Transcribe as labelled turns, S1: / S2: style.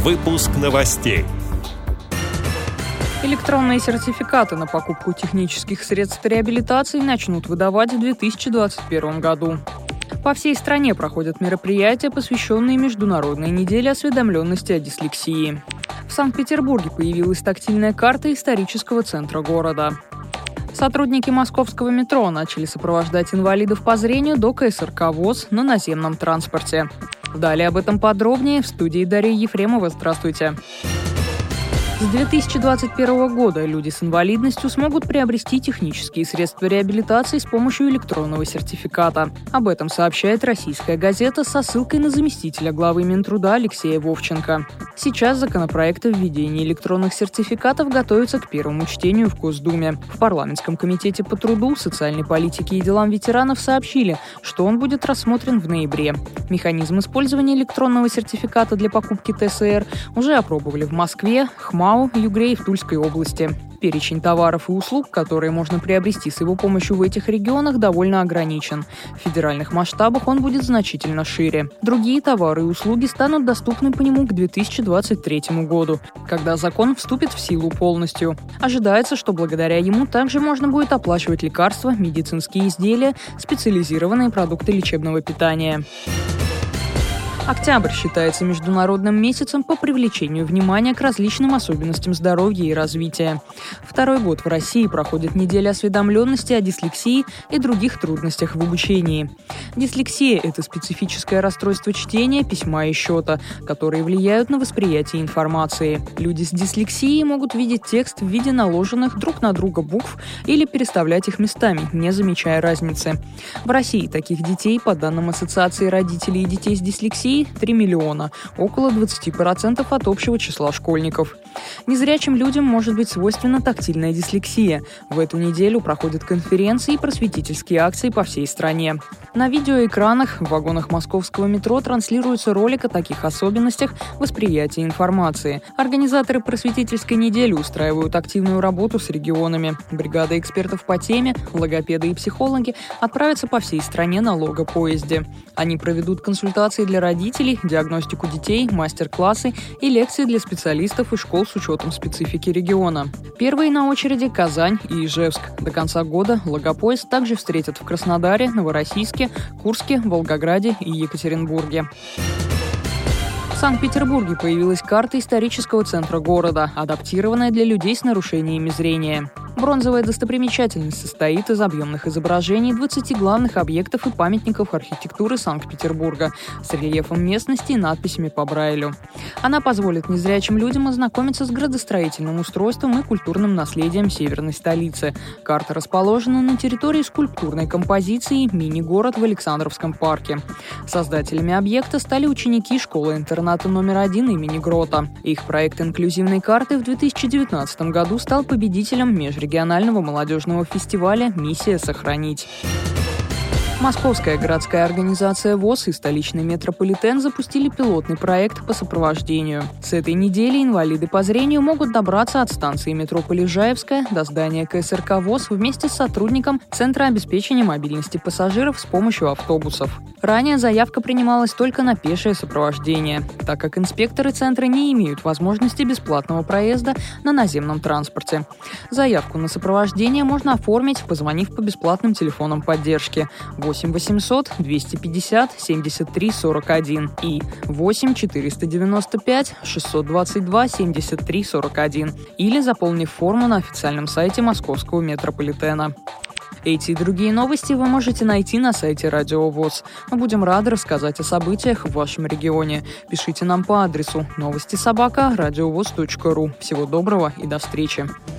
S1: Выпуск новостей.
S2: Электронные сертификаты на покупку технических средств реабилитации начнут выдавать в 2021 году. По всей стране проходят мероприятия, посвященные Международной неделе осведомленности о дислексии. В Санкт-Петербурге появилась тактильная карта исторического центра города. Сотрудники московского метро начали сопровождать инвалидов по зрению до КСРК ВОС на наземном транспорте. Далее об этом подробнее в студии Дарья Ефремова. Здравствуйте. С 2021 года люди с инвалидностью смогут приобрести технические средства реабилитации с помощью электронного сертификата. Об этом сообщает «Российская газета» со ссылкой на заместителя главы Минтруда Алексея Вовченко. Сейчас законопроект о введении электронных сертификатов готовится к первому чтению в Госдуме. В парламентском комитете по труду, социальной политике и делам ветеранов сообщили, что он будет рассмотрен в ноябре. Механизм использования электронного сертификата для покупки ТСР уже опробовали в Москве, ХМАО, Югре и в Тульской области. Перечень товаров и услуг, которые можно приобрести с его помощью в этих регионах, довольно ограничен. В федеральных масштабах он будет значительно шире. Другие товары и услуги станут доступны по нему к 2023 году, когда закон вступит в силу полностью. Ожидается, что благодаря ему также можно будет оплачивать лекарства, медицинские изделия, специализированные продукты лечебного питания. Октябрь считается международным месяцем по привлечению внимания к различным особенностям здоровья и развития. Второй год в России проходит неделя осведомленности о дислексии и других трудностях в обучении. Дислексия – это специфическое расстройство чтения, письма и счета, которые влияют на восприятие информации. Люди с дислексией могут видеть текст в виде наложенных друг на друга букв или переставлять их местами, не замечая разницы. В России таких детей, по данным Ассоциации родителей и детей с дислексией, 3 миллиона, около 20% от общего числа школьников. Незрячим людям может быть свойственна тактильная дислексия. В эту неделю проходят конференции и просветительские акции по всей стране. На видеоэкранах в вагонах московского метро транслируется ролик о таких особенностях восприятия информации. Организаторы просветительской недели устраивают активную работу с регионами. Бригада экспертов по теме, логопеды и психологи отправятся по всей стране на логопоезде. Они проведут консультации для родителей, диагностику детей, мастер-классы и лекции для специалистов и школ с учетом специфики региона. Первые на очереди Казань и Ижевск. До конца года логопоезд также встретят в Краснодаре, Новороссийске, Курске, Волгограде и Екатеринбурге. В Санкт-Петербурге появилась карта исторического центра города, адаптированная для людей с нарушениями зрения. Бронзовая достопримечательность состоит из объемных изображений 20 главных объектов и памятников архитектуры Санкт-Петербурга с рельефом местности и надписями по Брайлю. Она позволит незрячим людям ознакомиться с градостроительным устройством и культурным наследием северной столицы. Карта расположена на территории скульптурной композиции «Мини-город» в Александровском парке. Создателями объекта стали ученики школы-интерната номер 1 имени Грота. Их проект инклюзивной карты в 2019 году стал победителем межрегионального молодежного фестиваля «Миссия сохранить». Московская городская организация ВОС и столичный метрополитен запустили пилотный проект по сопровождению. С этой недели инвалиды по зрению могут добраться от станции метро Полежаевская до здания КСРК ВОС вместе с сотрудником Центра обеспечения мобильности пассажиров с помощью автобусов. Ранее заявка принималась только на пешее сопровождение, так как инспекторы центра не имеют возможности бесплатного проезда на наземном транспорте. Заявку на сопровождение можно оформить, позвонив по бесплатным телефонам поддержки 8 800 250 73 41 и 8 495 622 73 41 или заполнив форму на официальном сайте Московского метрополитена. Эти и другие новости вы можете найти на сайте Радио ВОС. Мы будем рады рассказать о событиях в вашем регионе. Пишите нам по адресу новости@радиовос.ру. Всего доброго и до встречи.